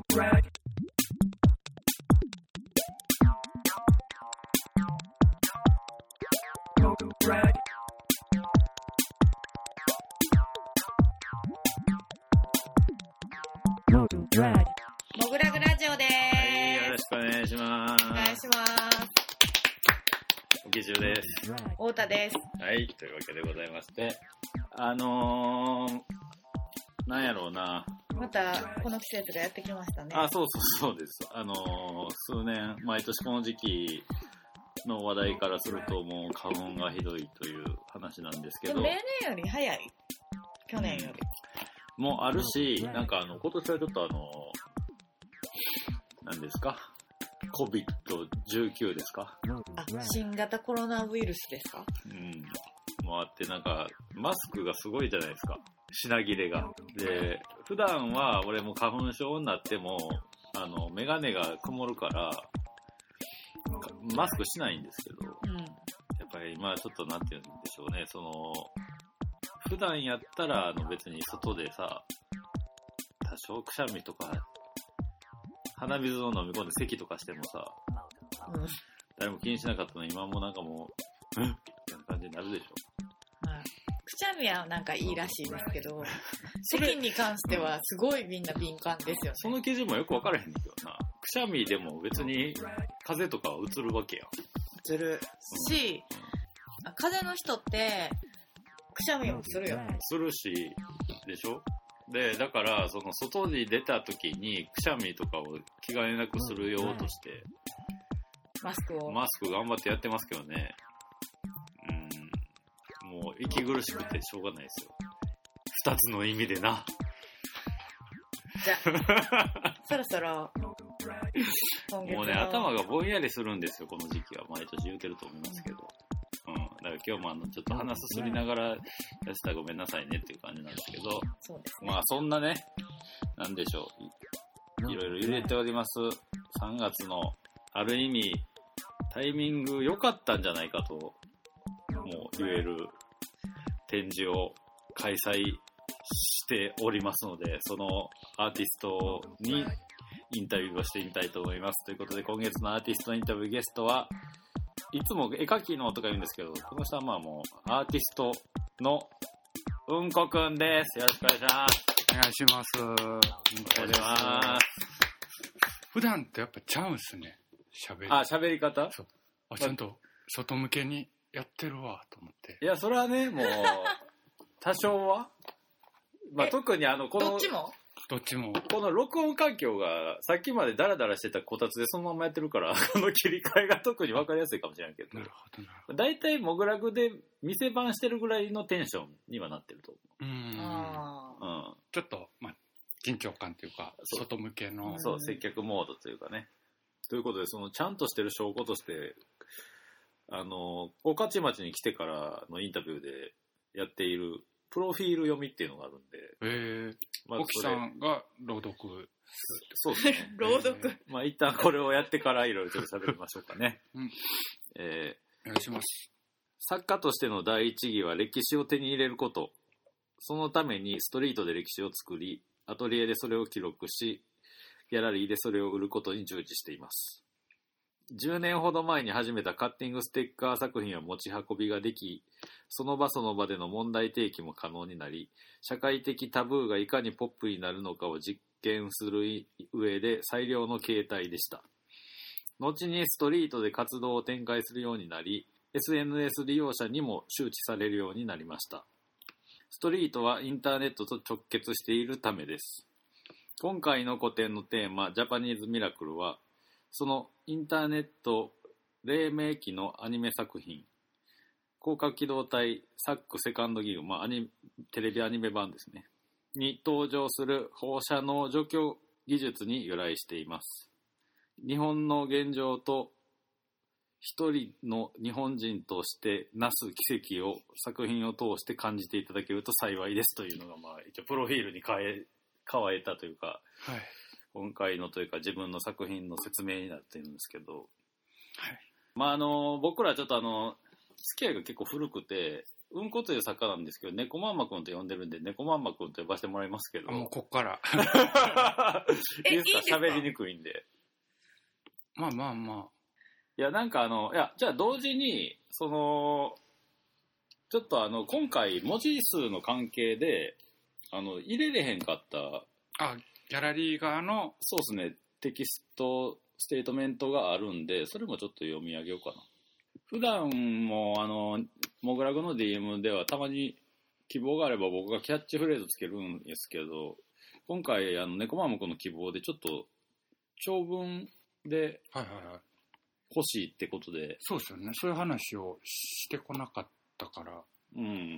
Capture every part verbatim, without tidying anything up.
モグラグラジオです。 はい、よろしくお願いします。 お願いします。 おきじゅうです。 太田です。 はい、というわけでございまして、あのー、なんやろうな。 またこの季節がやってきましたね。 あ、そうそうそうです。あのー、数年、毎年この時期の話題からするともう花粉がひどいという話なんですけど。 でも例年より早い。去年より。 もあるし、なんかあの、今年はちょっとあの、何ですか コビッドじゅうきゅう ですか、 あ、新型コロナウイルスですか。 うん。もうあって、なんか、マスクがすごいじゃないですか。品切れが。で、普段は俺も花粉症になっても、あの、メガネが曇るから、マスクしないんですけど、 うん、 やっぱり今ちょっとなんて言うんでしょうね、その、普段やったらあの別に外でさ、多少くしゃみとか、鼻水を飲み込んで咳とかしてもさ、うん、誰も気にしなかったのに今もなんかもう、うんみたいな感じになるでしょ。 はい、くしゃみはなんかいいらしいですけど、咳に関してはすごいみんな敏感ですよね。 その基準もよく分からへんねんけどな。くしゃみでも別に風邪とかはうつるわけやん。 うつるし、うん、風邪の人ってくしゃみもするよね。 するし、でしょ。で、だから、その外に出た時にくしゃみとかを気兼ねなくするようとして、 マスクを。 マスク頑張ってやってますけどね。うん。もう息苦しくてしょうがないですよ。二つの意味でな。 じゃあ、そろそろ、今月の。 もうね、頭がぼんやりするんですよ、この時期は。毎年言うてると思いますけど。うん。だから今日もあの、ちょっと鼻すすりながらやったらごめんなさいねっていう感じなんですけど。 そうですね。 まあそんなね、なんでしょう。いろいろ入れております。さんがつの、ある意味、タイミング良かったんじゃないかと、もう言える展示を開催しておりますので、そのアーティストにインタビューをしてみたいと思います。ということで今月のアーティストインタビューゲストは、いつも絵描きのとか言うんですけど、この人はまあもうアーティストのうんこくんです。よろしくお願いします。 お願いします。お願いします。 普段ってやっぱちゃうんすね。喋り。 あ、喋り方？ そう。あ、ちゃんと外向けにやってるわと思って。 いや、それはね、もう多少は、まあ特にあのこのどっちも。 どっちも。 この録音環境がさっきまでダラダラしてたこたつでそのままやってるから、この切り替えが特に分かりやすいかもしれないけど。 なるほどなるほど。 だいたいモグラグで店番してるぐらいのテンションにはなってると思う。 うーん。 あうん。 ちょっとまあ緊張感というか外向けの。 そう、接客モードというかね。ということでそのちゃんとしてる証拠として、あの御徒町に来てからのインタビューでやっているプロフィール読みっていうのがあるんで。 えー。まあ、沖さんが朗読。 そうですね。 朗読。 えー、まあ一旦これをやってからいろいろちょっと喋りましょうかね。 うん。 えー、お願いします。 作家としての第一義は歴史を手に入れること。そのためにストリートで歴史を作り、アトリエでそれを記録し、ギャラリーでそれを売ることに従事しています。じゅうねんほど前に始めたカッティングステッカー作品は持ち運びができ、その場その場での問題提起も可能になり、社会的タブーがいかにポップになるのかを実験する上で最良の形態でした。後にストリートで活動を展開するようになり、エスエヌエス 利用者にも周知されるようになりました。ストリートはインターネットと直結しているためです。今回の個展のテーマ、ジャパニーズミラクルは、そのインターネット黎明期のアニメ作品、広角機動隊サックセカンドギグ、まあ、アニテレビアニメ版ですね、に登場する放射能除去技術に由来しています。日本の現状と一人の日本人としてなす奇跡を作品を通して感じていただけると幸いですというのが、まあ、一応プロフィールに変え、変えたというか、 はい、 今回のというか自分の作品の説明になっているんですけど、 はい、 まああの僕らちょっとあの付き合いが結構古くて、 うんこという作家なんですけど、猫まんまくんと呼んでるんで、猫まんまくんと呼ばせてもらいますけど。 あもうこっから。 いいですか？喋りにくいんで。 まあまあまあ。 いや、なんかあの、いや、じゃあ同時に、その、ちょっとあの、今回文字数の関係で、あの、入れれへんかった。 あ、ギャラリー側の。 そうですね、テキスト、ステートメントがあるんで、それもちょっと読み上げようかな。普段も、あの、モグラグの ディーエム ではたまに希望があれば僕がキャッチフレーズつけるんですけど、今回、あの、猫マムコの希望でちょっと長文で欲しいってことで。はいはいはい、 そうですよね。そういう話をしてこなかったから。 うん。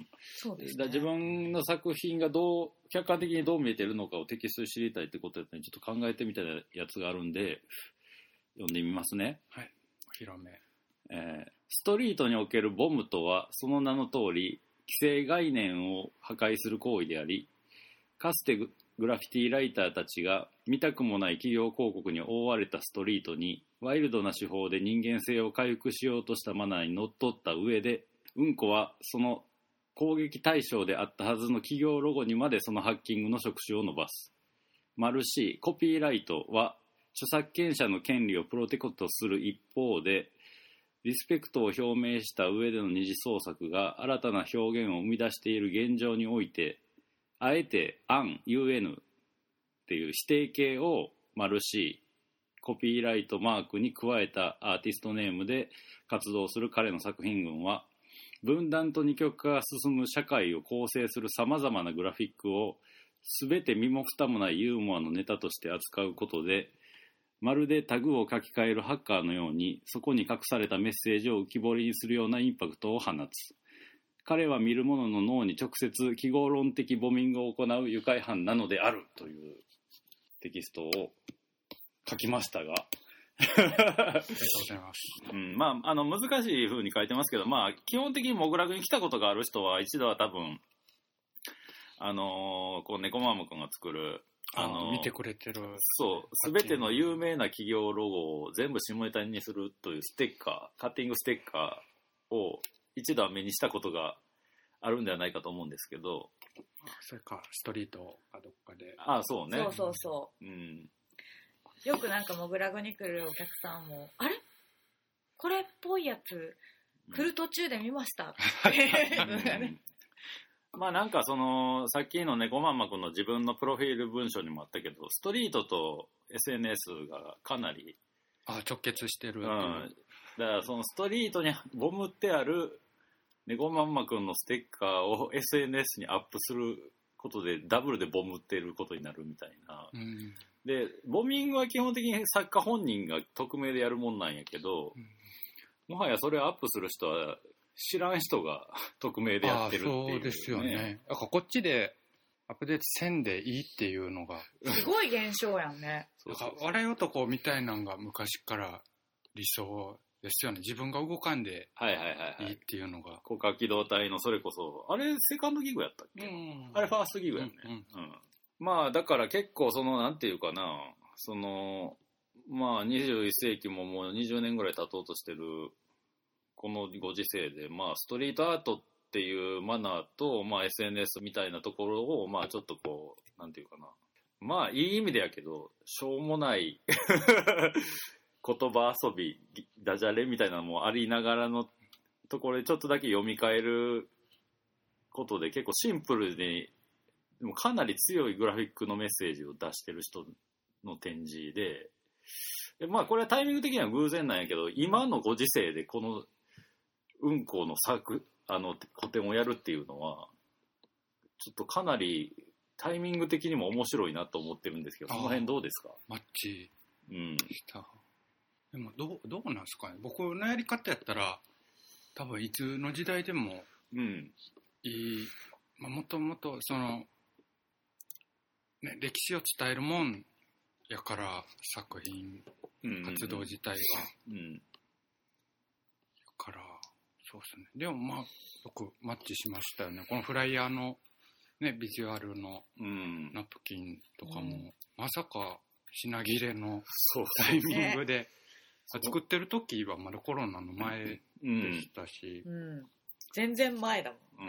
そうですね。 だ自分の作品がどう、客観的にどう見えてるのかをテキストで知りたいってことで、ね、ちょっと考えてみたいなやつがあるんで、読んでみますね。 はい。お披露目。 えー、ストリートにおけるボムとはその名の通り既成概念を破壊する行為であり、かつてグラフィティライターたちが見たくもない企業広告に覆われたストリートにワイルドな手法で人間性を回復しようとしたマナーにのっとった上で、うんこはその攻撃対象であったはずの企業ロゴにまでそのハッキングの触手を伸ばす。マルシー、コピーライトは著作権者の権利をプロテクトする一方で、リスペクトを表明した上での二次創作が新たな表現を生み出している現状において、あえてアン ユーエヌ っていう指定形をマルシー、コピーライトマークに加えたアーティストネームで活動する彼の作品群は、分断と二極化が進む社会を構成するさまざまなグラフィックを全て身も蓋もないユーモアのネタとして扱うことで、まるでタグを書き換えるハッカーのようにそこに隠されたメッセージを浮き彫りにするようなインパクトを放つ。彼は見る者の脳に直接記号論的ボミングを行う愉快犯なのであるというテキストを書きましたがありがとうございます、 うん、まああの難しい風に書いてますけど、まあ基本的にモグラグに来たことがある人は一度は多分あのー、こう猫マム君が作るあの見てくれてる。 そう、すべての有名な企業ロゴを全部下ネタにするというステッカー、カッティングステッカーを一度は目にしたことがあるんではないかと思うんですけど。 それかストリートかどっかで。 ああ、そうね。 そうそうそう。うん。よくなんかモグラグに来るお客さんも、あれこれっぽいやつ来る途中で見ましたっていうのがね。 まあなんかそのさっきの猫まんまくんの自分のプロフィール文章にもあったけど、ストリートと エスエヌエス がかなりあ直結してる、 うん、だからそのストリートにボムってある猫まんまくんのステッカーを エスエヌエス にアップすることでダブルでボムってることになるみたいな、うん、でボミングは基本的に作家本人が匿名でやるもんなんやけど、うん、もはやそれをアップする人は知らん人が匿名でやってるっていう、ね、 そうですよね。だからこっちでアップデートせんでいいっていうのがすごい現象やんね。 だから笑い男みたいなのが昔から理想ですよね。自分が動かんでいいっていうのが、 高架機動隊のそれこそあれセカンドギグやったっけ、うん、あれファーストギグやね、うんうんうん、まあだから結構そのなんていうかな、そのまあにじゅういっ世紀ももうにじゅうねんぐらい経とうとしてるこのご時世で、まあ、ストリートアートっていうマナーと、まあ、エスエヌエス みたいなところを、まあ、ちょっとこう、なんていうかな。まあ、いい意味でやけど、しょうもない言葉遊び、ダジャレみたいなのもありながらのところでちょっとだけ読み替えることで、結構シンプルに、でもかなり強いグラフィックのメッセージを出してる人の展示で、でまあ、これはタイミング的には偶然なんやけど、今のご時世でこのうんこの作あの古典をやるっていうのはちょっとかなりタイミング的にも面白いなと思ってるんですけど、その辺どうですか？ マッチした、うん、でもどう、どうなんですかね。僕のやり方やったら多分いつの時代でもいい、まあ、もともとその、ね、歴史を伝えるもんやから作品、うんうんうん、活動自体が、うん、からそうですね。でもまあよくマッチしましたよね。このフライヤーのねビジュアルのナプキンとかも、うん、まさか品切れのタイミングで、ね、作ってる時はまだコロナの前でしたし、うんうん、 全然前だもん。 うん、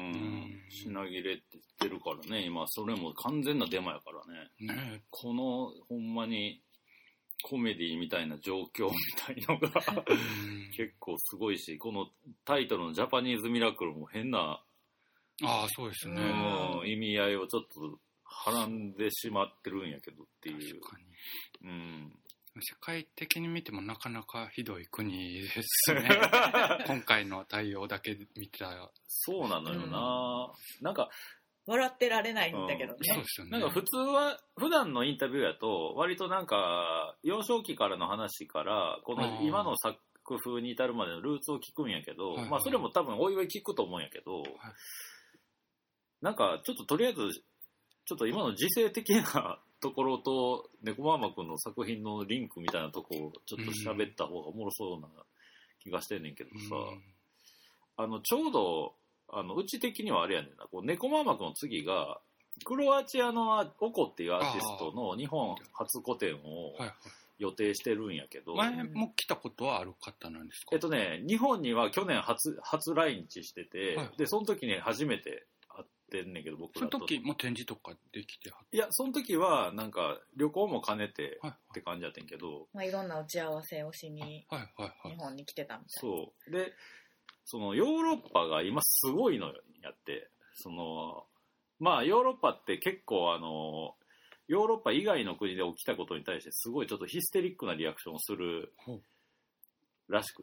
品切れって言ってるからね、今それも完全なデマやからね。ね、このほんまにコメディみたいな状況みたいのが結構すごいし、このタイトルのジャパニーズミラクルも変な、 ああそうですね、 うん、意味合いをちょっとはらんでしまってるんやけどっていう。確かに、うん、 世界的に見てもなかなかひどい国ですね今回の対応だけ見たら。 そうなのよな、うん、なんか笑ってられないんだけどね、うん、 そうですよね。 なんか普通は普段のインタビューやと割となんか幼少期からの話からこの今の作風に至るまでのルーツを聞くんやけど、はいはい、まあそれも多分おいおい聞くと思うんやけど、はい、なんかちょっととりあえずちょっと今の時勢的なところと猫ママくんの作品のリンクみたいなとこをちょっと喋った方がおもろそうな気がしてんねんけどさ、うん、あのちょうどあのうち的にはあれやねんな、こう猫ママくんの次がクロアチアのオコっていうアーティストの日本初個展を予定してるんやけど、 はいはい、前も来たことはある方なんですか？ えっとね日本には去年初初来日してて、はい、でその時に初めててんねんけど、僕らとその時も展示とかできてはっいやその時はなんか旅行も兼ねてって感じやってんけど、はいはい、 まあ、いろんな打ち合わせをしに日本に来てたみたいな。 そうでそのヨーロッパが今すごいのやって、そのまあヨーロッパって結構あのヨーロッパ以外の国で起きたことに対してすごいちょっとヒステリックなリアクションをするらしくって、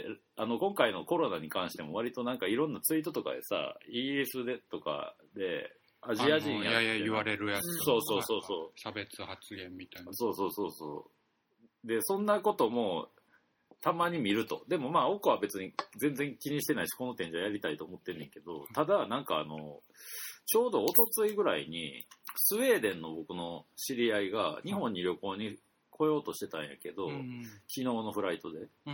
あの今回のコロナに関しても割となんかいろんなツイートとかでさ、イギリスでとかでアジア人やっていやいや言われるやつ、 そうそうそうそう、 差別発言みたいな、 そうそうそうそうでそんなこともたまに見ると。でもまあオコは別に全然気にしてないし、この展示はやりたいと思ってんねんけど、ただなんかあのちょうど一昨日ぐらいにスウェーデンの僕の知り合いが日本に旅行に来ようとしてたんやけど、うん、昨日のフライトで、うん、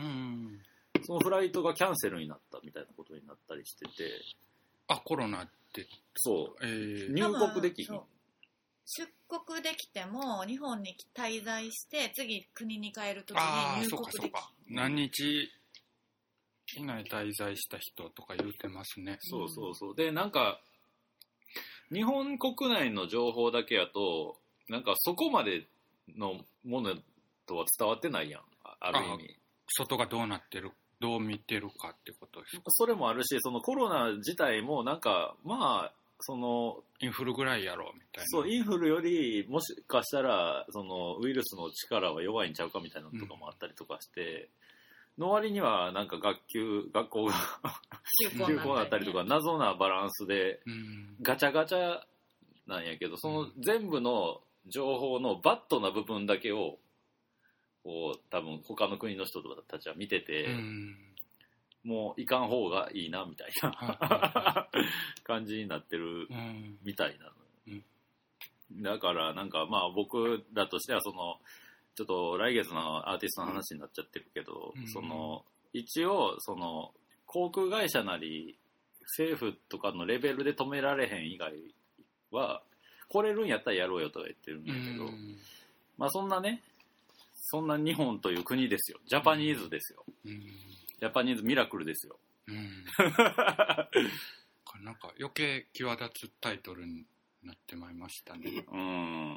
そのフライトがキャンセルになったみたいなことになったりしてて、 あ、コロナってそう、えー、入国できひん。 出国できても日本に滞在して次国に帰るときに入国できそうかそうか、何日以内滞在した人とか言うてますね。 そうそうそう。でなんか日本国内の情報だけやとなんかそこまでのものとは伝わってないやん、ある意味。 外がどうなってる、どう見てるかってことですか。 それもあるし、そのコロナ自体もなんかまあそのインフルぐらいやろうみたいな。 そう、インフルよりもしかしたらそのウイルスの力は弱いんちゃうかみたいなのとかもあったりとかして、うん、の割にはなんか学級学校が休校になったりとか謎なバランスでガチャガチャなんやけど、その全部の情報のバットな部分だけをこう多分他の国の人たちは見てて、うん、もういかん方がいいなみたいな感じになってるみたいなの、うんうん、だからなんかまあ僕らとしてはそのちょっと来月のアーティストの話になっちゃってるけど、うん、その一応その航空会社なり政府とかのレベルで止められへん以外は来れるんやったらやろうよとは言ってるんだけど、うん、まあそんなね、そんな日本という国ですよ。ジャパニーズですよ。うん、ジャパニーズミラクルですよ。うん、 なんか余計際立つタイトルになってまいりましたね。うん。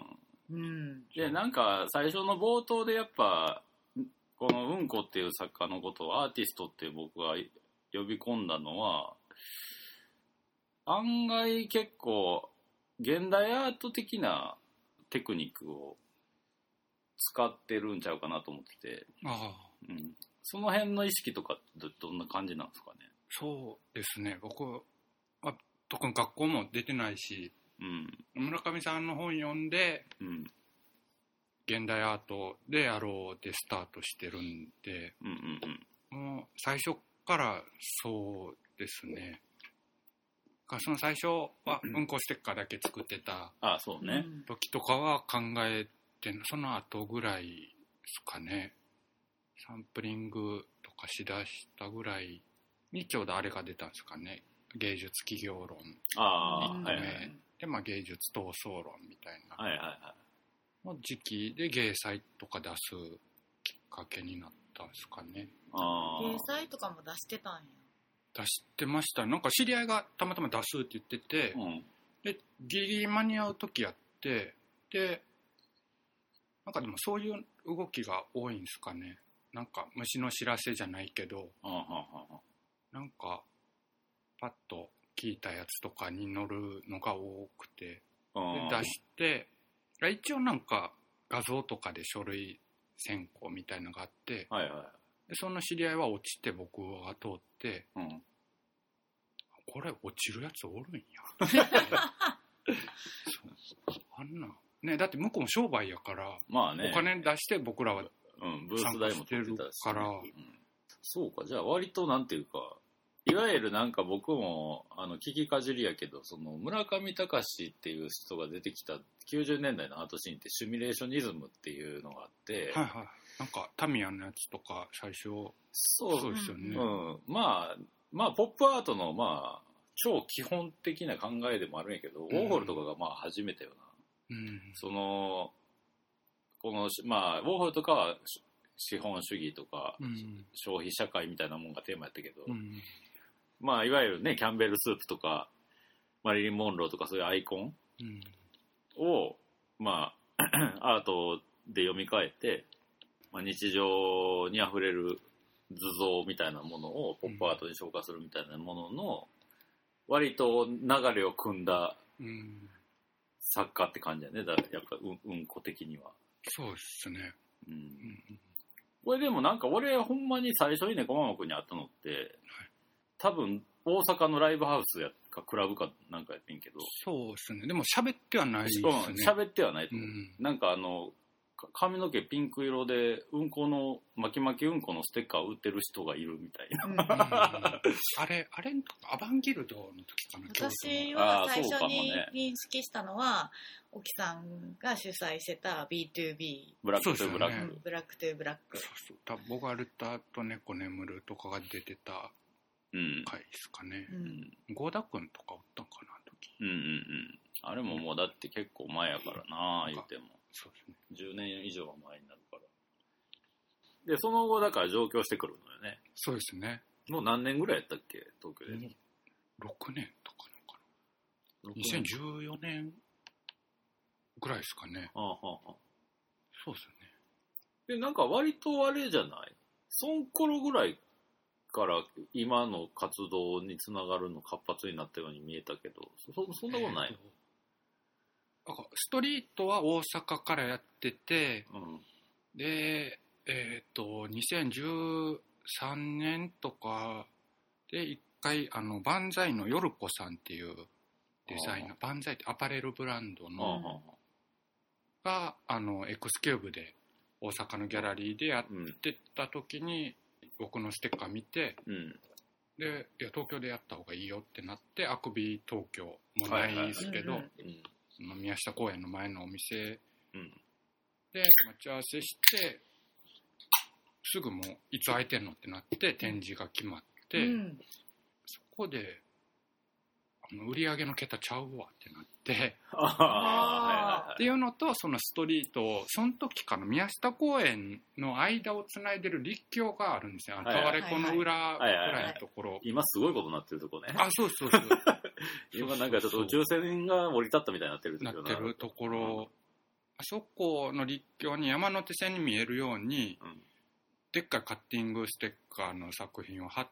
うん、でなんか最初の冒頭でやっぱこのうんこっていう作家のことをアーティストって僕が呼び込んだのは案外結構現代アート的なテクニックを使ってるんちゃうかなと思ってて、あ、うん、その辺の意識とかどんな感じなんですかね。 そうですね、僕は特に学校も出てないし、うん、村上さんの本読んで、うん、現代アートでやろうでスタートしてるんで、うんうんうん、もう最初からそうですね。その最初はうんこステッカーだけ作ってた時とかは考えて、その後ぐらいですかね。サンプリングとかしだしたぐらいにちょうどあれが出たんですかね。芸術企業論。ああ、はいはい。で、まあ芸術闘争論みたいな。はいはいはい。の時期で芸祭とか出すきっかけになったんですかね。 ああ。芸祭とかも出してたんや。 出してました。なんか知り合いがたまたま出すって言ってて、うん、でギリギリ間に合う時やって、でなんかでもそういう動きが多いんですかね。なんか虫の知らせじゃないけど、 うん、 なんかパッと聞いたやつとかに乗るのが多くて、うん、で出して一応なんか画像とかで書類選考みたいなのがあって、 はいはい、 でその知り合いは落ちて僕が通って、うん、これ落ちるやつおるんやあんなね、だって向こうも商売やから、 まあね、 お金出して僕らはブース代も取ってたし、ね、から、うん、そうか、じゃあ割となんていうか、いわゆるなんか僕もあの聞きかじりやけど、その村上隆っていう人が出てきたきゅうじゅうねんだいのアートシーンってシミュレーショニズムっていうのがあって、 はいはい、なんかタミヤのやつとか最初そう、 そうですよね、 うん、まあまあポップアートのまあ超基本的な考えでもあるんやけど、うん、ウォーホルとかがまあ始めたような、うん、そのこのまあウォーホルとかは資本主義とか、うん、消費社会みたいなもんがテーマやったけど、うん、まあいわゆるねキャンベルスープとかマリリン・モンローとかそういうアイコンを、うん、まあアートで読み替えて、まあ、日常にあふれる図像みたいなものをポップアートに昇華するみたいなものの割と流れを組んだ作家って感じだね。だからやっぱうん、うんこ的には。 そうですね。うん。うん、 これでもなんか俺ほんまに最初にね、駒間くんに会ったのって、はい、多分大阪のライブハウスやかクラブかなんかやってんけど。 そうですね。でも喋ってはないですね。 喋ってはないと思う。うん、なんかあの、髪の毛ピンク色でうんこの巻き巻きうんこのステッカー売ってる人がいるみたいな、うんうん、 あれあれアバンギルドの時かな。 私は最初に認識したのは沖さんが主催してた ビーツービーブラックトゥーブラック、 ね、ブラックトゥーブラック、 そうそうボガルタと猫眠るとかが出てた回ですかね、うん、ゴーダ君とかおったんかな時、 うんうんうん、あれももうだって結構前やからな言ってもそうですね、 じゅうねん以上は前になるから。でその後だから上京してくるのよね。 そうですね。 もう何年ぐらいやったっけ東京で。 ろくねんとかのかな。にせんじゅうよねんぐらいですかね。 ああはあ、 そうですね。でなんか割とあれじゃない。そん頃ぐらいから今の活動につながるの活発になったように見えたけど、そ, そんなことない。えーストリートは大阪からやってて、 うん、 で、えっと、にせんじゅうさんねんとかで一回、あの、バンザイのヨルコさんっていうデザイナー、バンザイってアパレルブランドの、が、あの、エクスキューブで大阪のギャラリーでやってた時に、僕のステッカー見て、 うん、 で、いや、東京でやった方がいいよってなって、あくび東京もないですけど、宮下公園の前のお店で待ち合わせしてすぐもういつ空いてんのってなって展示が決まって、うん、そこであの売り上げの桁ちゃうわってなってっていうのとそのストリートをその時かの宮下公園の間をつないでる立教があるんですよ。タワレコの裏ぐらいのところ、 今すごいことになってるとこね。 あ、そうそうそう今なんかちょっと宇宙船が降り立ったみたいになってるなってるところ、あそこの立教に山手線に見えるように、うん、でっかいカッティングステッカーの作品を貼って、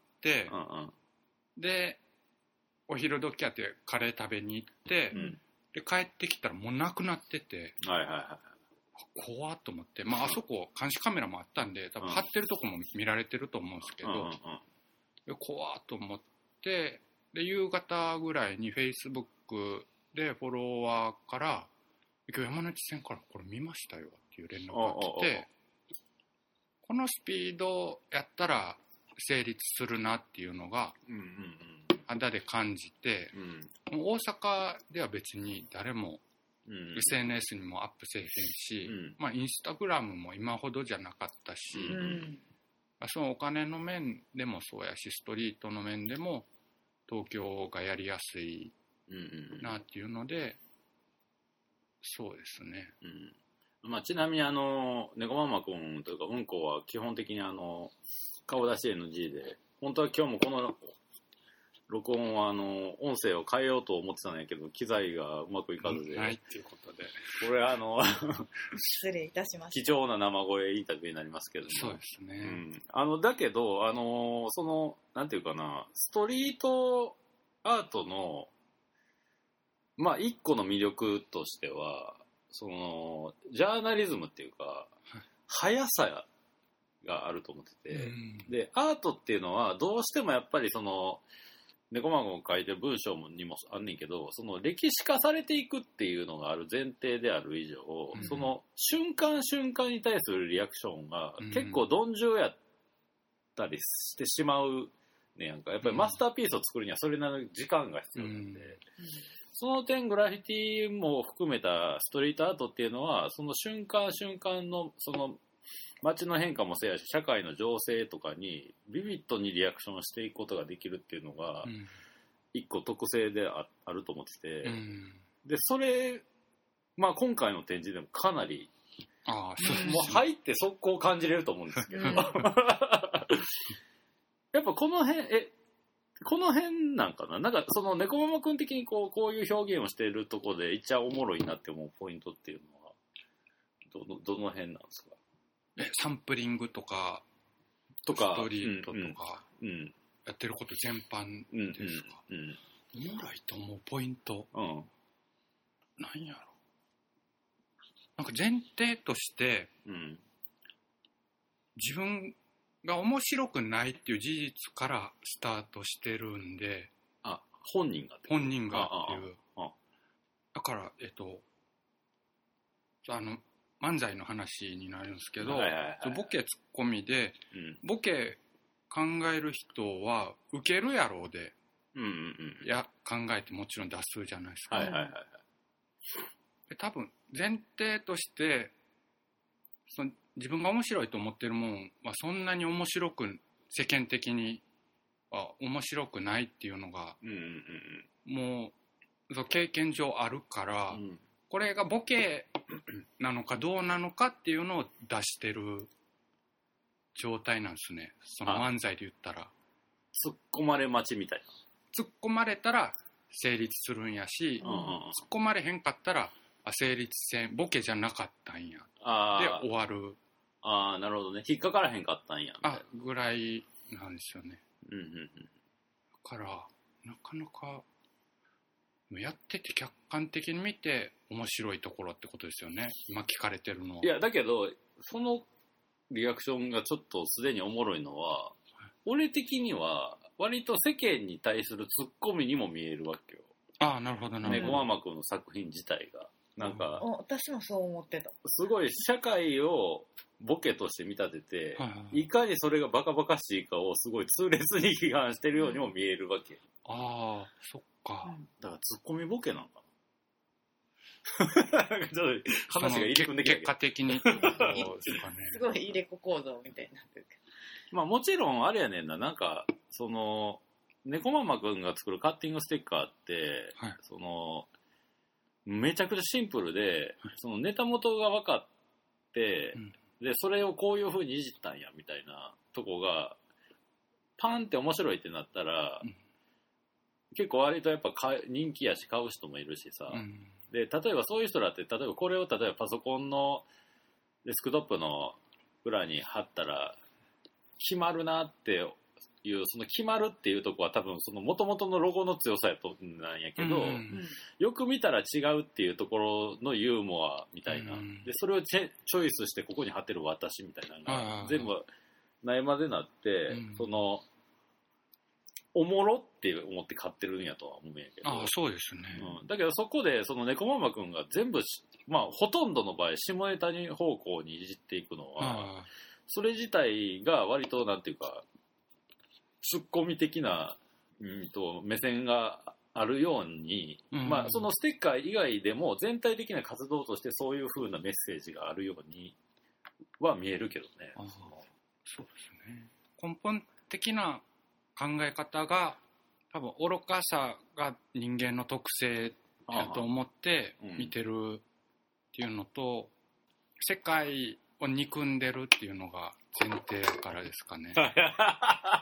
うんうん、 でお昼時やってカレー食べに行って、うん、で帰ってきたらもうなくなってて、 はいはいはい、 怖っと思って、まああそこ監視カメラもあったんで多分貼ってるとこも見られてると思うんですけど、 うんうんうん、 で怖っと思ってで夕方ぐらいにフェイスブックでフォロワーから今日山手線からこれ見ましたよっていう連絡が来て、このスピードやったら成立するなっていうのが肌で感じて、 うん、 もう大阪では別に誰も エスエヌエス にもアップせえへんし、うん、まあインスタグラムも今ほどじゃなかったし、 うん、 そのお金の面でもそうやしストリートの面でも東京がやりやすいなっていうので、そうですね、 うん、まあ、ちなみにあの猫ママくんというかうんこは基本的にあの顔出し エヌジー で本当は今日もこの録音はあの音声を変えようと思ってたんやけど機材がうまくいかずで、 ないっていうことでこれあの失礼いたしました。 貴重な生声インタビューになりますけども、 そうですね、 うん、あのだけどあのそのなんていうかなストリートアートのまあ一個の魅力としてはそのジャーナリズムっていうか、はい、速さがあると思ってて、うん、でアートっていうのはどうしてもやっぱりその猫孫を書いてる文章にもあんねんけどその歴史化されていくっていうのがある前提である以上、うん、その瞬間瞬間に対するリアクションが結構鈍重やったりしてしまうねやんか。やっぱりマスターピースを作るにはそれなりの時間が必要なんで、うん、その点グラフィティも含めたストリートアートっていうのはその瞬間瞬間のその街の変化もせやし社会の情勢とかにビビッドにリアクションしていくことができるっていうのが一個特性で あ, あると思ってて、うん、でそれ、まあ、今回の展示でもかなりあもう入って速攻感じれると思うんですけど、うん、やっぱこの辺えこの辺なんかななんかその猫ママくん的にこう、こういう表現をしているところでいっちゃおもろいなって思うポイントっていうのは ど, ど, どの辺なんですか？ サンプリングとかとかストリートとか、うんうん、やってること全般ですか？うんうんうん、おもろいと思うポイント、うん、なんやろなんか前提として、うん、自分が面白くないっていう事実からスタートしてるんで、 あ本人が本人がっていうあああだからえっとあの漫才の話になるんですけど、はいはいはい、ボケツッコミで、うん、ボケ考える人はウケるやろうで、うんうんうん、や考えてもちろん出すじゃないですか、はいはいはい、で多分前提としてその自分が面白いと思ってるもんはそんなに面白く世間的には面白くないっていうのが、うんうんうん、もうその経験上あるから、うん、これがボケなのかどうなのかっていうのを出してる状態なんですね。その漫才で言ったら突っ込まれ待ちみたいな。突っ込まれたら成立するんやし、うんうんうん、突っ込まれへんかったらあ成立せんボケじゃなかったんやで終わる。 ああなるほどね。引っかからへんかったんやみたいなあぐらいなんですよね。うんうんうん。だからなかなかやってて客観的に見て面白いところってことですよね。今聞かれてるのは。 いやだけどそのリアクションがちょっとすでにおもろいのは、はい、俺的には割と世間に対するツッコミにも見えるわけよ。 ああなるほどなるほど。 猫ママ君の作品自体がなんか、 うん、私もそう思ってた。 すごい社会をボケとして見立てて、はいはい、いかにそれがバカバカしいかをすごい痛烈に批判してるようにも見えるわけ。うん、 ああそっか。 だからツッコミボケなんかな。なんかちょっと話が入り組んできたけど。 結果的にってことですかね。 すごい入れ子構造みたいになってるけど。まあもちろんあれやねんな、なんかその猫ママくんが作るカッティングステッカーって、はい、そのめちゃくちゃシンプルで、はい、そのネタ元が分かって、うん、でそれをこういう風にいじったんやみたいなとこがパンって面白いってなったら、うん、結構割とやっぱ人気やし買う人もいるしさ、うん、で例えばそういう人だって例えばこれを例えばパソコンのデスクトップの裏に貼ったら決まるなっていうその決まるっていうとこは多分その元々のロゴの強さやとなんやけど、うんうん、よく見たら違うっていうところのユーモアみたいな、うん、でそれをチョイスしてここに貼ってる私みたいなのが全部ないまでなって、うん、そのおもろって思って買ってるんやとは思うんやけど。 ああそうですね、 うん、だけどそこでその猫ママくんが全部まあほとんどの場合下ネタに方向にいじっていくのはそれ自体が割となんていうかツッコミ的な、うん、と目線があるように、うん、まあそのステッカー以外でも全体的な活動としてそういう風なメッセージがあるようには見えるけどね。 あそうですね。根本的な考え方が多分愚かさが人間の特性だと思って見てるっていうのと、うん、世界を憎んでるっていうのが前提からですかね。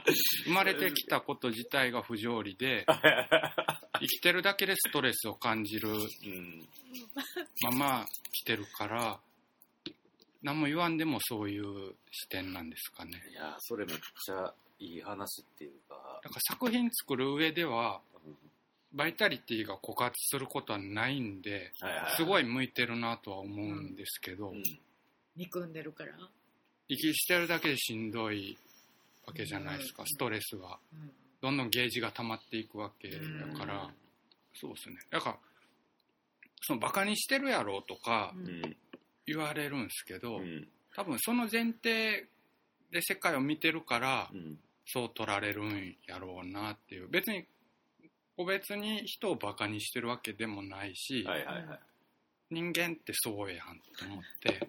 生まれてきたこと自体が不条理で生きてるだけでストレスを感じるまま来てるから何も言わんでもそういう視点なんですかね。 いやそれめっちゃいい話っていうか、 だから作品作る上ではバイタリティが枯渇することはないんで、 はいはいはい、 すごい向いてるなとは思うんですけど、うん、 憎んでるから息してるだけでしんどいわけじゃないですか、うん、ストレスが、うん、どんどんゲージが溜まっていくわけだから、うん、そうですね。だからそのバカにしてるやろとか言われるんですけど、うん、多分その前提で世界を見てるから、うん、そう取られるんやろうなっていう。別に個別に人をバカにしてるわけでもないし、はいはいはい、人間ってそうやんと思って、うん、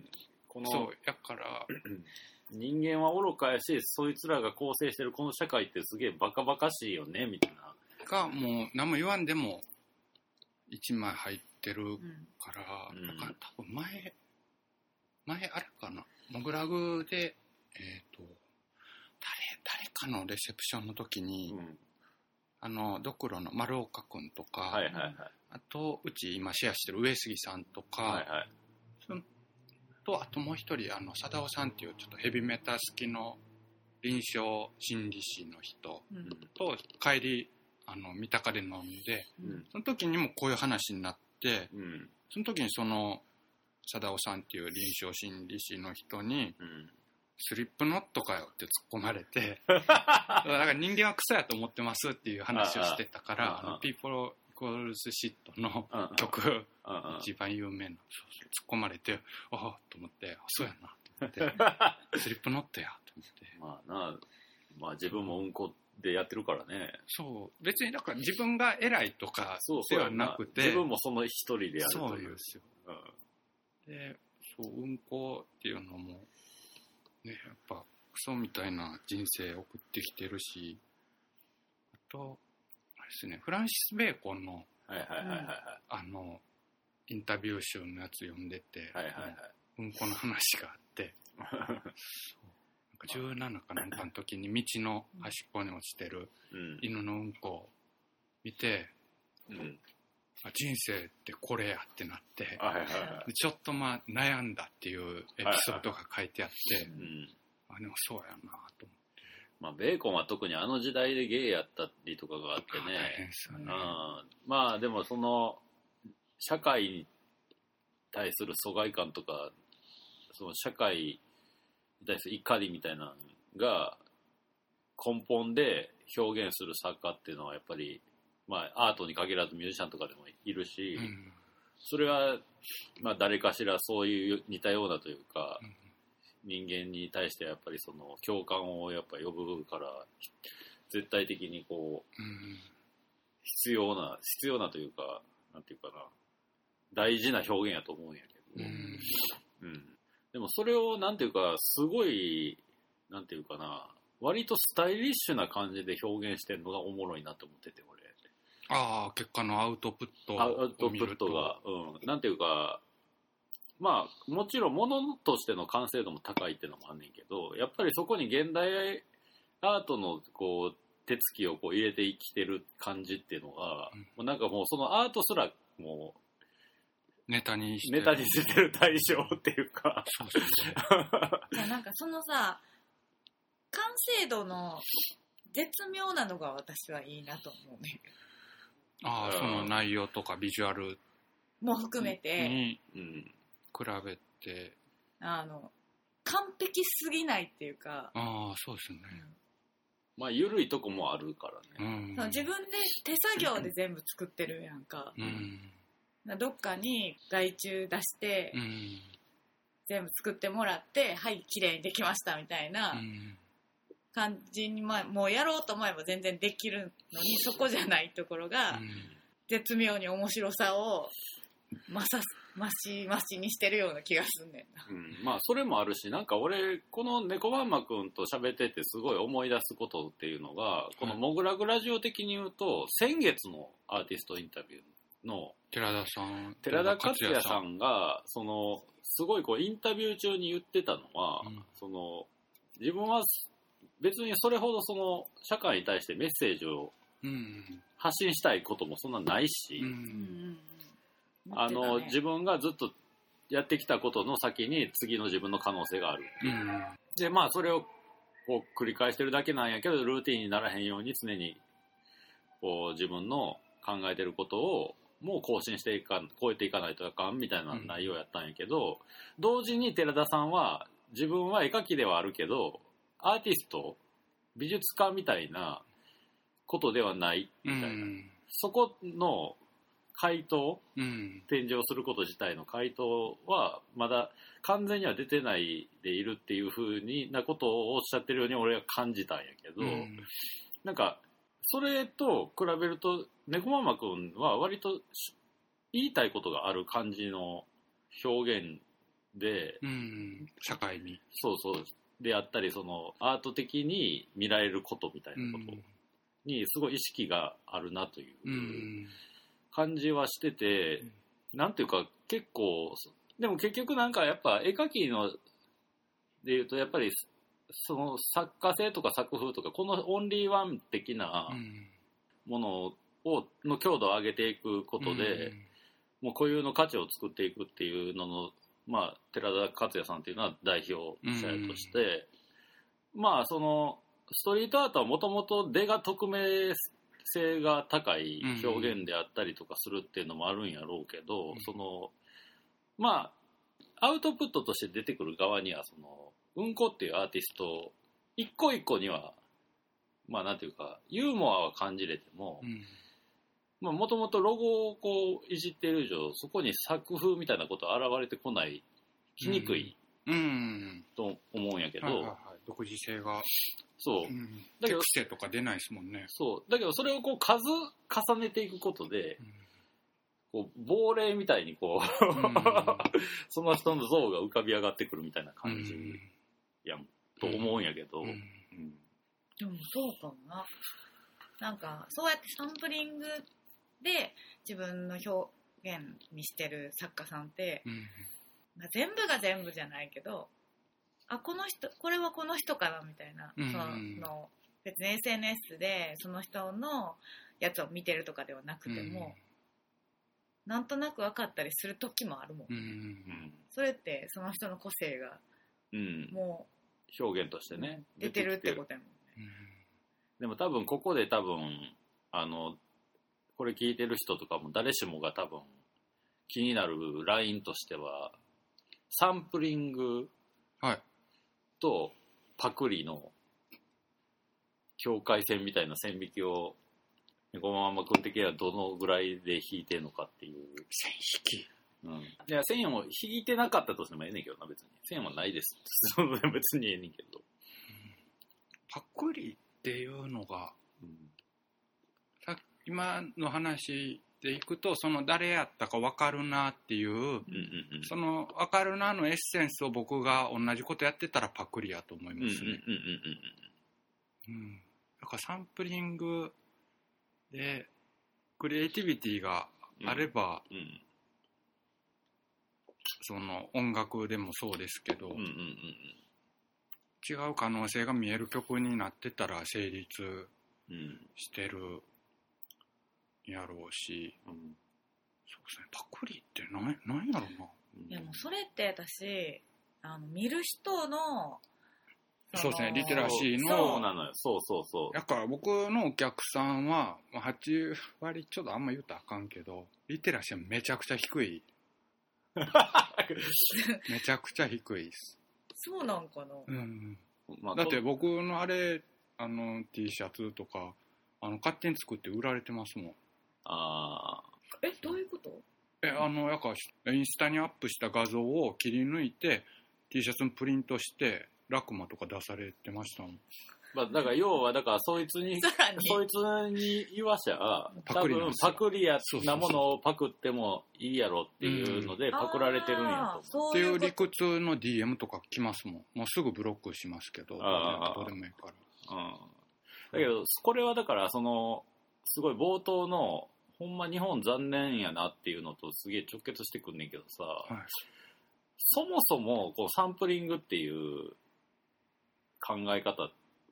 このそうやから人間は愚かやし、そいつらが構成してるこの社会ってすげえバカバカしいよねみたいながもう何も言わんでも一枚入ってるから、うん、だから多分前前あれかな、モグラグでえっ、ー、と誰誰かのレセプションの時に、うん、あのドクロの丸岡くんとか、はいはいはい、あとうち今シェアしてる上杉さんとか、はいはい、そのとあともう一人あの貞夫さんっていうちょっとヘビメタ好きの臨床心理士の人と帰りあの三鷹で飲んで、うん、その時にもこういう話になって、うん、その時にその貞夫さんっていう臨床心理士の人に、うん、スリップノットかよって突っ込まれてだから人間はクソやと思ってますっていう話をしてたからああの People Equals Shit の曲一番有名な突っ込まれてああと思ってそうやなと思ってスリップノットやと思ってまあなまあ自分もうんこでやってるからね。 そう別にだから自分が偉いとかではなくて自分もその一人でやるそうですよ、うん、でそううんこっていうのもね、やっぱクソみたいな人生送ってきてるし、あとあれですね、フランシス・ベーコンの、はいはいはいはい、あのインタビュー集のやつ読んでて、はいはいはい、うんこの話があってなんかじゅうななかなんかの時に道の端っこに落ちてる犬のうんこを見て、うん、人生ってこれやってなって、はいはいはい、ちょっとまあ悩んだっていうエピソードが書いてあって、はいはいはい、あでもそうやなと思って、 まあ、ベーコンは特にあの時代でゲイやったりとかがあってね、大変ですよね、うん、まあでもその社会に対する疎外感とかその社会に対する怒りみたいなのが根本で表現する作家っていうのはやっぱりまあ、アートに限らずミュージシャンとかでもいるし、うん、それは、まあ、誰かしらそういう似たようなというか、うん、人間に対してやっぱりその共感をやっぱ呼ぶから絶対的にこう、うん、必要な必要なというかなんていうかな大事な表現やと思うんやけど、うんうん、でもそれをなんていうかすごいなんていうかな割とスタイリッシュな感じで表現してるのがおもろいなと思ってて俺。 ああ、結果のアウトプットアウトプットが、うん、なんていうか、まあ、もちろん物としての完成度も高いっていうのもあんねんけど、やっぱりそこに現代アートのこう手つきをこう入れてきてる感じっていうのが、うん、もうなんかもうそのアートすらもうネタにしてネタにしてる対象っていうか、 なんかそのさ完成度の絶妙なのが私はいいなと思うね。 ああ、その内容とかビジュアルも含めてに比べてあの完璧すぎないっていうか。 ああ、そうですね、うん、 まあ緩いとこもあるからね、 うん、その自分で手作業で全部作ってるやんか、うん、どっかに外注出して、うん、全部作ってもらってはい綺麗にできましたみたいな、うん感じにもうやろうと思えば全然できるのにそこじゃないところが、うん、絶妙に面白さを増さ増し増しにしてるような気がすんねんな、 うん、まあそれもあるしなんか俺この猫バンマくんと喋っててすごい思い出すことっていうのがこのモグラグラジオ的に言うと先月のアーティストインタビューの寺田さん寺田克也さんがそのすごいこうインタビュー中に言ってたのは、うん、その自分は別にそれほどその社会に対してメッセージを発信したいこともそんなないし、うん、あの、ね、自分がずっとやってきたことの先に次の自分の可能性がある、うん、でまあそれをこう繰り返してるだけなんやけどルーティンにならへんように常にこう自分の考えてることをもう更新していか超えていかないとあかんみたいな内容やったんやけど、うん、同時に寺田さんは自分は絵描きではあるけどアーティスト美術家みたいなことではないみたいな、うん、そこの回答、うん、展示をすること自体の回答はまだ完全には出てないでいるっていう風になことをおっしゃってるように俺は感じたんやけど、うん、なんかそれと比べると猫ママくんは割と言いたいことがある感じの表現で、 うん、社会にそうそうであったりそのアート的に見られることみたいなことにすごい意識があるなという感じはしてて、うん、なんていうか結構でも結局なんかやっぱ絵描きのでいうとやっぱりその作家性とか作風とかこのオンリーワン的なものをの強度を上げていくことで、うん、もう固有の価値を作っていくっていうののまあ、寺田克也さんっていうのは代表者として、うん、まあそのストリートアートはもともと出が匿名性が高い表現であったりとかするっていうのもあるんやろうけど、うん、そのまあアウトプットとして出てくる側にはそのうんこっていうアーティスト一個一個にはまあなんていうかユーモアは感じれても、うんまあ、もともとロゴをこういじっている以上そこに作風みたいなことは現れてこないきにくいと思うんやけど、うんうんはいはいはい、 独自性がそう、 うん、だけど癖とか出ないですもんね。 そうだけどそれをこう数重ねていくことで、うん、こう亡霊みたいにこう、うん、その人の像が浮かび上がってくるみたいな感じやん、うん、と思うんやけど、うんうん、 でもそうかもな。なんかそうやってサンプリングで自分の表現にしてる作家さんって、うんまあ、全部が全部じゃないけどあこの人これはこの人かなみたいな、うん、その別に エスエヌエス でその人のやつを見てるとかではなくても、うん、なんとなく分かったりする時もあるもん、うん、それってその人の個性が、うん、もう表現としてね出てるってことやもんね、うん、 でも多分ここで多分あのこれ聞いてる人とかも誰しもが多分気になるラインとしてはサンプリングとパクリの境界線みたいな線引きを猫ママ君的にはどのぐらいで引いてるのかっていう線引き、 うん、いや線を引いてなかったとしてもええねんけどな別に線はないです別にええねんけど、うん、 パクリっていうのが、うん、さ今の話でいくとその誰やったか分かるなっていう、うんうんうん、その分かるなのエッセンスを僕が同じことやってたらパクリやと思いますね。だからサンプリングでクリエイティビティがあれば、うんうん、その音楽でもそうですけど、うんうんうん、違う可能性が見える曲になってたら成立してるやろうし、うん、そうですねパクリって何なんやろうな。 いやもうそれって私あの見る人のそうですねリテラシーのそうなのよそうそうそうだから僕のお客さんははち割ちょっとあんま言うとあかんけどリテラシーはめちゃくちゃ低いめちゃくちゃ低いですそうなんかな、うんまあ、だって僕のあれあの T シャツとかあの勝手に作って売られてますもん。 あえどういうこと？ えあのやかインスタにアップした画像を切り抜いて T シャツのプリントしてラクマとか出されてましたもん。 まあ、だから要はだからそいつにそいつに言わしゃ多分パクリやなものをパクってもいいやろっていうのでパクられてるんやと思う。 っていう理屈の ディーエム とか来ますもん。もうすぐブロックしますけどあどうでもいいから。 うんだけどこれはだからそのすごい冒頭のほんま日本残念やなっていうのとすげえ直結してくんねんけどさ、はい、そもそもこうサンプリングっていう考え方って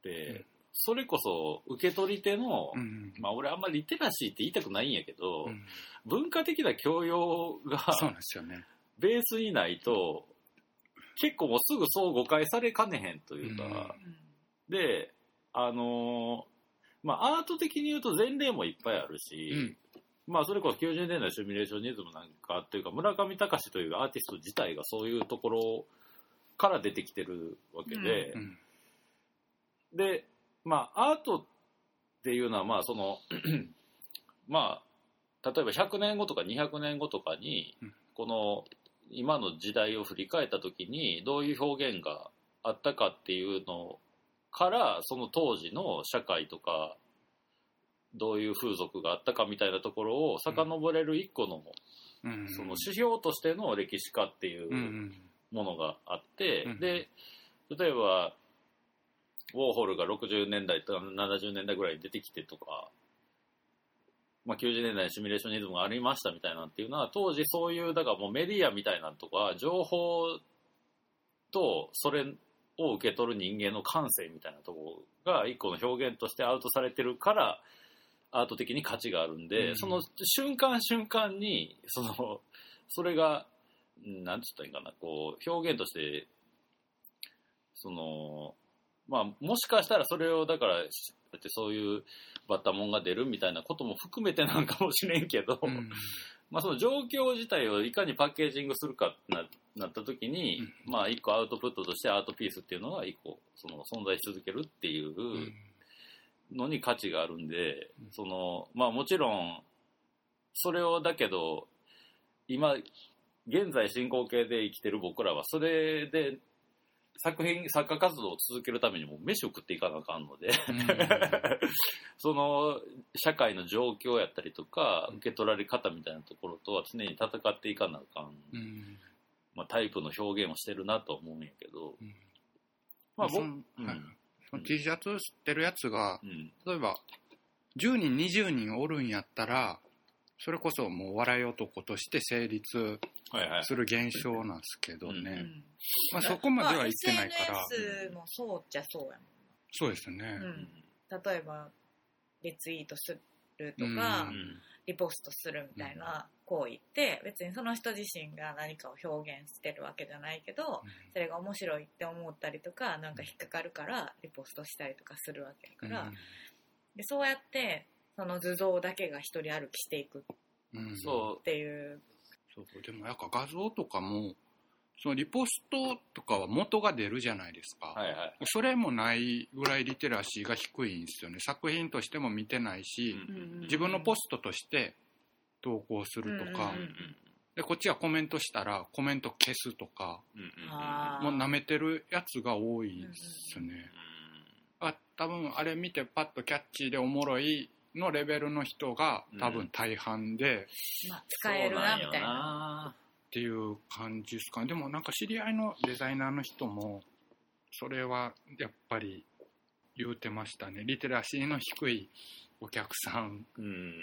て、うん、それこそ受け取り手の、うん、まあ俺あんまりリテラシーって言いたくないんやけど、うん、文化的な教養がそうなんですよね。 ベースにないと結構もうすぐそう誤解されかねへんというか、うん、であのまあアート的に言うと前例もいっぱいあるし、うんまあそれこそきゅうじゅうねんだいシミュレーショニズムなんかっていうか村上隆というアーティスト自体がそういうところから出てきてるわけで、うん、でまあアートっていうのはまあそのまあ例えばひゃくねんごとかにひゃくねんごとかにこの今の時代を振り返った時にどういう表現があったかっていうのからその当時の社会とかどういう風俗があったかみたいなところを遡れる一個の、うん、その指標としての歴史家っていうものがあって、うん、で例えばウォーホルがろくじゅうねんだいとかななじゅうねんだいぐらいに出てきてとか、まあ、きゅうじゅうねんだいにシミュレーショニズムがありましたみたいなっていうのは当時そういうだからもうメディアみたいなとか情報とそれを受け取る人間の感性みたいなところが一個の表現としてアウトされてるからアート的に価値があるんで、うん、その瞬間瞬間にそのそれがなんつったらいいかなこう表現としてそのまあもしかしたらそれをだからだってそういうバッタモンが出るみたいなことも含めてなんかもしれんけど、うん、まあその状況自体をいかにパッケージングするかななった時に、うん、まあ一個アウトプットとしてアートピースっていうのが一個その存在し続けるっていう。うんのに価値があるんで、そのまあもちろんそれをだけど今現在進行形で生きてる僕らはそれで作品作家活動を続けるためにも飯を食っていかなあかんので、うん、その社会の状況やったりとか受け取られ方みたいなところとは常に戦っていかなあかん、うんまあ、タイプの表現をしてるなと思うんやけど、うん、 まあ僕、うんはいT シャツ吸ってるやつが、うん、例えばじゅうにんにじゅうにんおるんやったらそれこそもう笑い男として成立する現象なんですけどね、はいはいうんまあ、そこまでは言ってないから、まあ、 エスエヌエス もそうっちゃそうやもんそうですね、 うん、例えばリツイートするとか、うん、リポストするみたいな行為って別にその人自身が何かを表現してるわけじゃないけど、うん、それが面白いって思ったりとかなんか引っかかるからリポストしたりとかするわけだから、うん、でそうやってその図像だけが一人歩きしていくっていう、うん、 そうそうでもなんか画像とかもそのリポストとかは元が出るじゃないですか、はいはい、それもないぐらいリテラシーが低いんですよね。作品としても見てないし、うんうんうん、自分のポストとして投稿するとか、うんうんうん、でこっちがコメントしたらコメント消すとか、うんうんうん、もう舐めてるやつが多いですね、うんうん、あ多分あれ見てパッとキャッチーでおもろいのレベルの人が多分大半で、 うんまあ、使えるなみたいなっていう感じですかね。でもなんか知り合いのデザイナーの人もそれはやっぱり言うてましたね。リテラシーの低いお客さん、うん、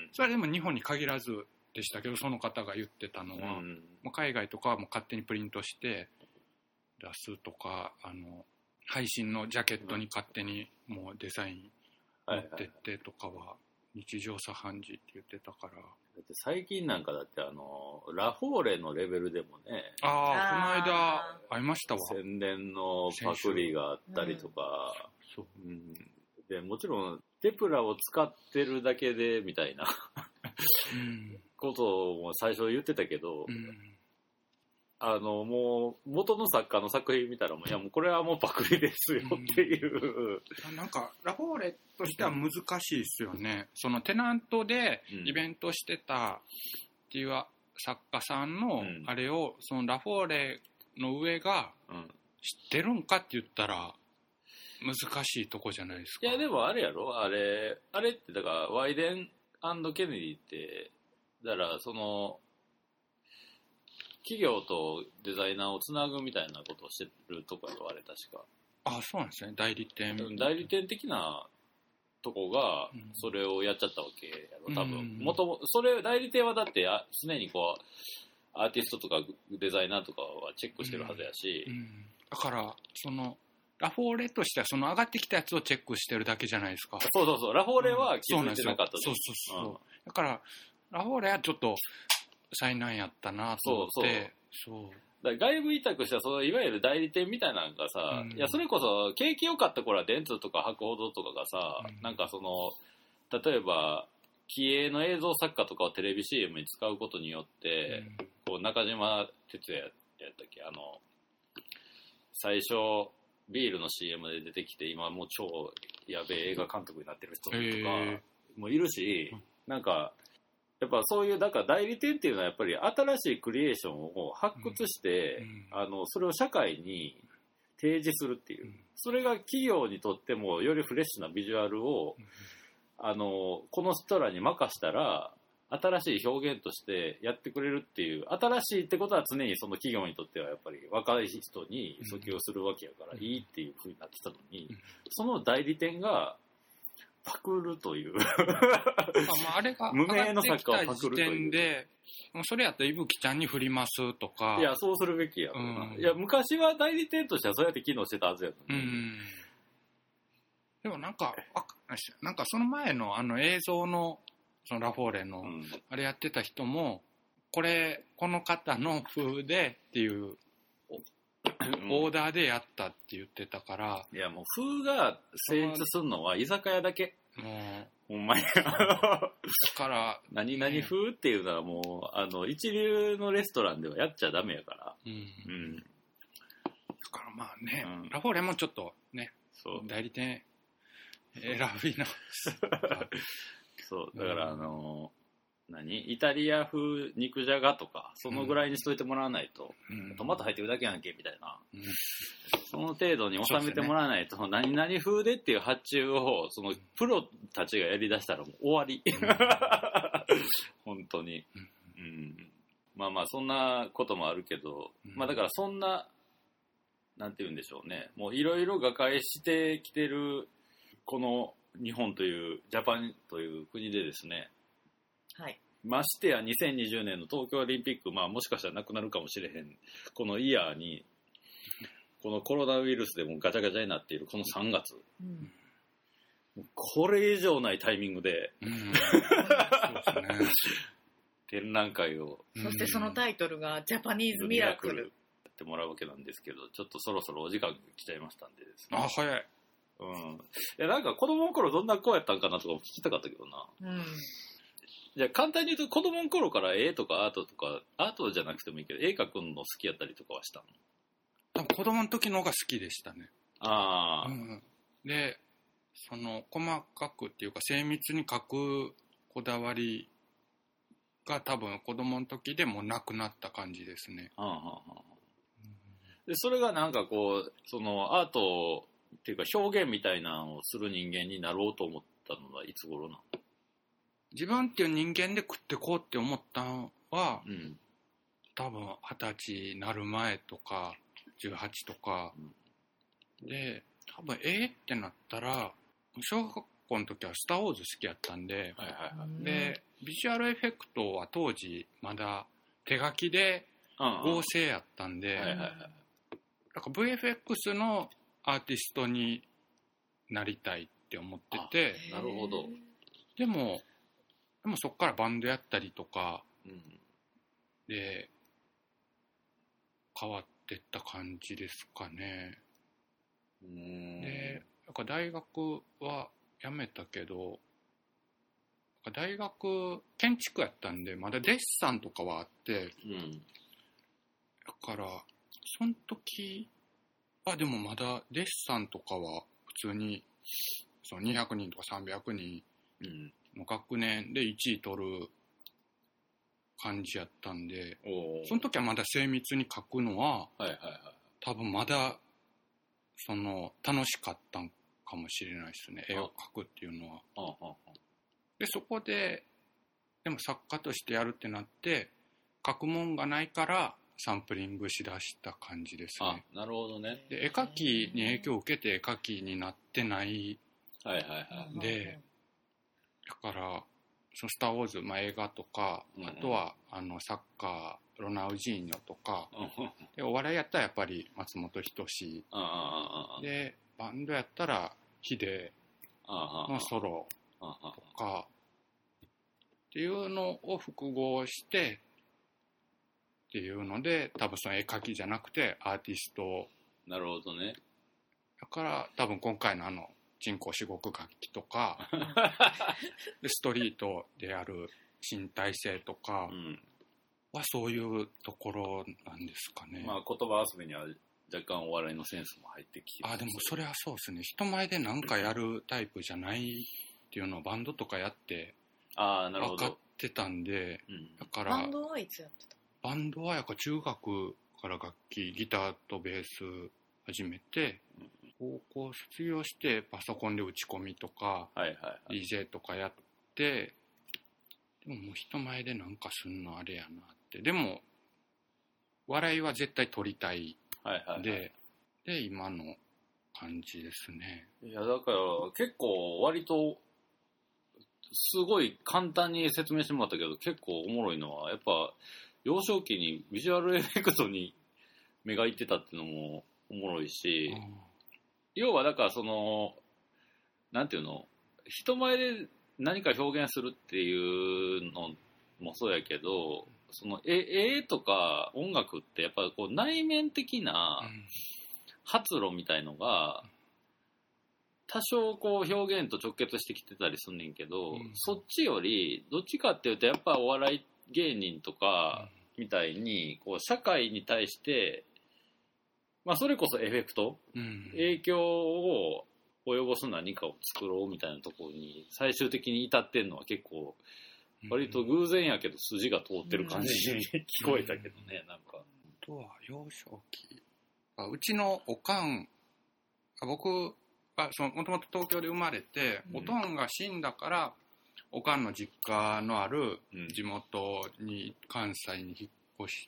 それはでも日本に限らずでしたけどその方が言ってたのは、うん、もう海外とかはもう勝手にプリントして出すとかあの配信のジャケットに勝手にもうデザイン持ってってとかは日常茶飯事って言ってたから。 だって最近なんかだってあのラフォーレのレベルでもねああこの間会いましたわ宣伝のパクリがあったりとか、うんそううん、でもちろんテプラを使ってるだけでみたいな、うん、ことも最初言ってたけど、うん、あのもう元の作家の作品見たらもういやもうこれはもうパクリですよっていう、 うん、なんかラフォーレとしては難しいですよね。そのテナントでイベントしてたっていう作家さんのあれをそのラフォーレの上が知ってるんかって言ったら難しいとこじゃないですか。 いやでもあれやろあれあれってだからワイデン&ケネディってだからその企業とデザイナーをつなぐみたいなことをしてるとこやろあれ確か。 あそうなんですね。代理店代理店的なとこがそれをやっちゃったわけやろ多分。もともそれ代理店はだって常にこうアーティストとかデザイナーとかはチェックしてるはずやし、うんうん、 だからそのラフォーレとしてはその上がってきたやつをチェックしてるだけじゃないですか。 そうそうそう、ラフォーレは気づいてなかった、 うん、そうそうそうそう、うん、だからラフォーレはちょっと災難やったなと思って。そうそうそう、 だから外部委託したそのいわゆる代理店みたいなのがさ、うん、いやそれこそ景気良かった頃は電通とか博報堂とかがさ、うん、なんかその例えば気鋭の映像作家とかをテレビ シーエム に使うことによって、うん、こう中島哲也やったっけ、あの最初ビールの シーエム で出てきて今もう超やべえ映画監督になってる人とかもいるし、なんかやっぱそういうだから代理店っていうのはやっぱり新しいクリエーションを発掘して、うん、あのそれを社会に提示するっていう、うん、それが企業にとってもよりフレッシュなビジュアルを、うん、あのこの人らに任したら新しい表現としてやってくれるっていう、新しいってことは常にその企業にとってはやっぱり若い人に訴求するわけやからいいっていう風になってたのに、その代理店がパクるというあれが無名の作家をパクるというで、もうそれやったらいぶきちゃんに振りますとか、 いやそうするべきや、うん、いや昔は代理店としてはそうやって機能してたはずやのに、うん、 でもなんかなんかその前のあの映像のそのラフォーレのあれやってた人も、これこの方の風でっていうオーダーでやったって言ってたから、 いやもう風が成立するのは居酒屋だけ、もうほんまにから何々風っていうのはもうあの一流のレストランではやっちゃダメやから、うん、うん、 だからまあね、うん、ラフォーレもちょっとね、そう代理店選びなそうだからあのー、何イタリア風肉じゃがとかそのぐらいにしといてもらわないと、うん、トマト入ってるだけやんけみたいな、うん、その程度に収めてもらわないと、ね、何々風でっていう発注をそのプロたちがやりだしたらもう終わり、うん、本当に、うん、まあまあそんなこともあるけど、うん、まあだからそんななんて言うんでしょうね、もういろいろ瓦解してきてるこの日本というジャパンという国でですね、 はい、 ましてやにせんにじゅうねんの東京オリンピック、まあ、もしかしたらなくなるかもしれへんこのイヤーにこのコロナウイルスでもガチャガチャになっているこのさんがつ、うん、これ以上ないタイミングで、うん、そうですね、展覧会を、 そしてそのタイトルがジャパニーズミラクルやってもらうわけなんですけど、ちょっとそろそろお時間が来ちゃいましたんでですね。あ、早い。 うん、いやなんか子供の頃どんな子やったんかなとかも聞きたかったけどな、うん、じゃあ簡単に言うと子供の頃から絵とかアートとかアートじゃなくてもいいけど絵描くの好きやったりとかはしたの？子供の時の方が好きでしたね。 ああ、うん、 でその細かくっていうか精密に描くこだわりが多分子供の時でもなくなった感じですね。 ああ、はあはあ、でそれがなんかこうそのアートっていうか表現みたいなのをする人間になろうと思ったのはいつ頃なの？ 自分っていう人間で食ってこうって思ったのは、うん、多分二十歳になる前とかじゅうはちとか、うん、で多分えーってなったら小学校の時はスターウォーズ好きやったんで、はいはいはい、でビジュアルエフェクトは当時まだ手書きで合成やったんで、うんうん、はいはいはい、だから ブイエフエックス のアーティストになりたいって思ってて、 なるほど。 でもでもそっからバンドやったりとか、うん、で変わってった感じですかね。うーん、でなんか大学は辞めたけど、大学建築やったんでまだデッサンとかはあって、うん、だからその時はでもまだデッサンとかは普通にそのにひゃくにんとかさんびゃくにんの学年でいちい取る感じやったんで、その時はまだ精密に描くのは、はいはいはい、多分まだその楽しかったんかもしれないですね、絵を描くっていうのは。ああああ、でそこででも作家としてやるってなって描くもんがないからサンプリングしだした感じですね。 あ、なるほどね。 で絵描きに影響を受けて絵描きになってない、 はいはいはい、 でだからそのスター・ウォーズ、まあ、映画とか、うん、あとはあのサッカーロナウジーニョとか、うん、でお笑いやったらやっぱり松本人志、うん、でバンドやったらヒデのソロとかっていうのを複合してっていうので、多分その絵描きじゃなくてアーティスト。 なるほどね。 だから多分今回のあの人工至極楽器とかでストリートである身体性とかはそういうところなんですかね。 まあ言葉遊びには若干お笑いのセンスも入ってきて、 あでもそれはそうですね。人前で何かやるタイプじゃないっていうのをバンドとかやってあなるほど分かってたんで、うん、だからバンドはいつやってた？ バンドはやっぱ中学から楽器ギターとベース始めて、高校卒業してパソコンで打ち込みとか、はいはいはい、ディージェー とかやって、でももう人前でなんかすんのあれやなって。でも笑いは絶対取りたいで、はいはいはい、で今の感じですね。 いやだから結構割とすごい簡単に説明してもらったけど、結構おもろいのはやっぱ幼少期にビジュアルエフェクトに目がいってたっていうのもおもろいし、うん、要はだからそのなんていうの、人前で何か表現するっていうのもそうやけど、その絵とか音楽ってやっぱりこう内面的な発露みたいのが多少こう表現と直結してきてたりすんねんけど、うん、そっちよりどっちかっていうとやっぱお笑い芸人とかみたいにこう社会に対してまあそれこそエフェクト、うん、影響を及ぼす何かを作ろうみたいなところに最終的に至ってんのは結構割と偶然やけど筋が通ってる感じに聞こえたけどね、なんか。 あとは幼少期、あうちのおかん、僕はそのもともと東京で生まれて、うん、おとんが死んだからおかんの実家のある地元に関西に引っ越して、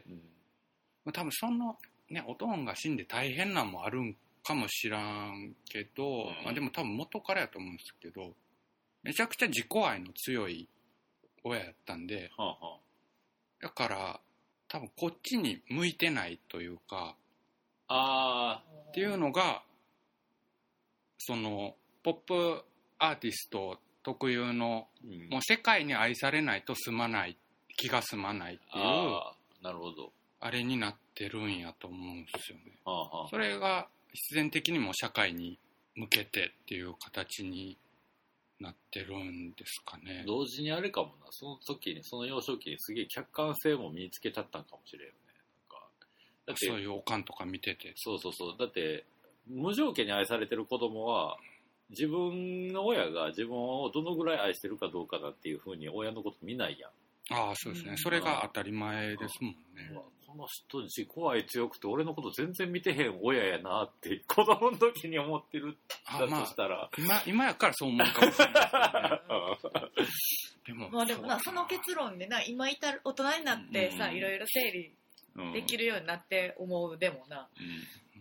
うんまあ、多分そのねおとんが死んで大変なんもあるんかもしらんけど、うんまあ、でも多分元からやと思うんですけど、めちゃくちゃ自己愛の強い親やったんで、はあはあ、だから多分こっちに向いてないというか、あっていうのがそのポップアーティスト特有の、うん、もう世界に愛されないと済まない気が済まないっていうあなるほどあれになってるんやと思うんですよね。はあはあ、それが必然的にも社会に向けてっていう形になってるんですかね。 同時にあれかもな、その時にその幼少期にすげえ客観性も身につけちゃったんかもしれんよね。なんかだってそういうおかんとか見てて、 そうそうそう、だって無条件に愛されてる子供は自分の親が自分をどのぐらい愛してるかどうかだっていう風に親のこと見ないやん。 ああそうですね、うん、それが当たり前ですもんね。 うん、この人自己愛強くて俺のこと全然見てへん親やなって子供の時に思ってるだとしたら、 まあ、今, 今やからそう思うかもしれないですけどね。でもまあでもなその結論でな今至る大人になってさ、うん、いろいろ整理できるようになって思うでもな、うん、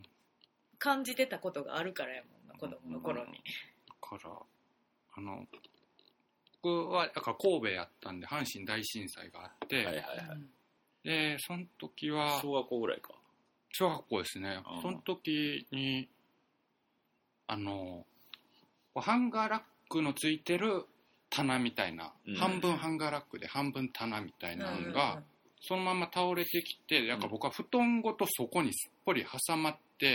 感じてたことがあるからやもんな子供の頃に。 だからあの僕はだから神戸やったんで阪神大震災があって、はいはいはい、でその時は小学校ぐらいか。 小学校ですね。その時にあのハンガーラックのついてる棚みたいな、うん、半分ハンガーラックで半分棚みたいなのが、うん、そのまま倒れてきて、なんか僕は布団ごとそこにすっぽり挟まって、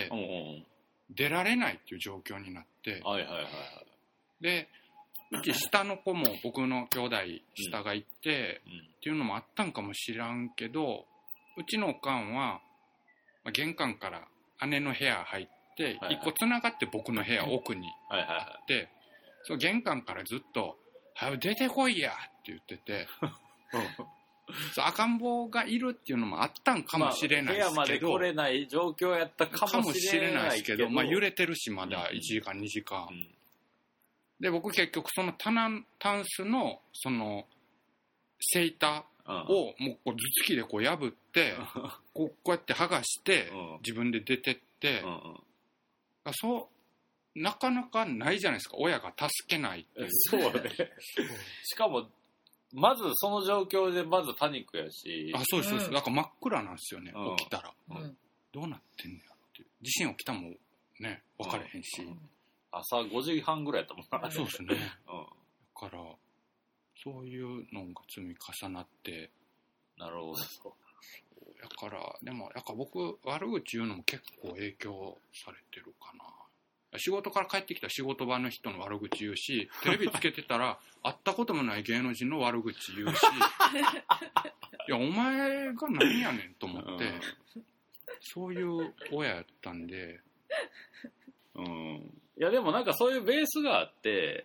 うん、出られないっていう状況になって、はいはいはいはい、でうち下の子も僕の兄弟下がいて、うんうん、っていうのもあったんかもしらんけど、うちのおかんは、まあ、玄関から姉の部屋入って、はいはい、一個つながって僕の部屋奥にあって、はいはいはい、その玄関からずっとはよ出てこいやって言っててそう赤ん坊がいるっていうのもあったんかもしれないですけど、まあ、部屋まで来れない状況やったかもしれないですけど、 まあ、揺れてるしまだいちじかん、うん、にじかん、うんで僕結局そのタンスのそのセイタをもうこう頭突きでこう破ってこうこうやって剥がして自分で出てって、そうなかなかないじゃないですか、親が助けないっていう。 そうね。しかも、まずその状況でまずパニックやし。 あ、そうそうそう。だから真っ暗なんですよね、 うん、 起きたら、うん。どうなってんのやろっていう。地震起きたもね、分かれへんし。うん、 朝ごじはんぐらいやったもんな。 そうですね。うん。だから、そういうのが積み重なって。 なるほど。 だから、でも、やっぱ僕、悪口言うのも結構影響されてるかな。仕事から帰ってきた仕事場の人の悪口言うし、テレビつけてたら会ったこともない芸能人の悪口言うし、いやお前が何やねんと思って、うん、そういう親やったんで、 うん、いやでもなんかそういうベースがあって、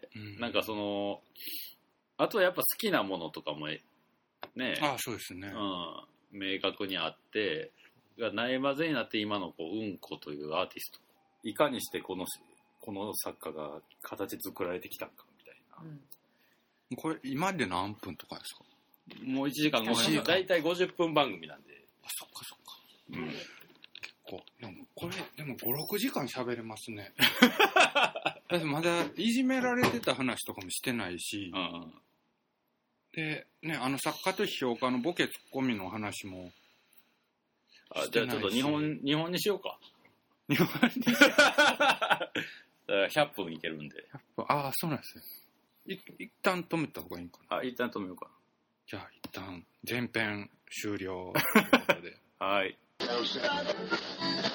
うん、なんかそのあとはやっぱ好きなものとかもね、 ああそうですね、 うん、明確にあってがないまぜになって今のこううんこというアーティストいかにしてこのこの作家が形作られてきたんかみたいな、 うん、これ今で何分とかですか？ もういちじかんごふん、だいたいごじゅっぷん番組なんで。 あ、そっかそっか、うん、結構でもこれでもごろくじかん喋れますねだってまだいじめられてた話とかもしてないし、うん、でね、あの作家と批評家のボケツッコミの話もあ、じゃあちょっと日本日本にしようか。 日本にひゃっぷんいけるんで。 ひゃっぷん、ああ、そうなんですね。い一旦止めた方がいいかな。 あ、一旦止めようかな。 じゃあ一旦前編終了ということで。 はい。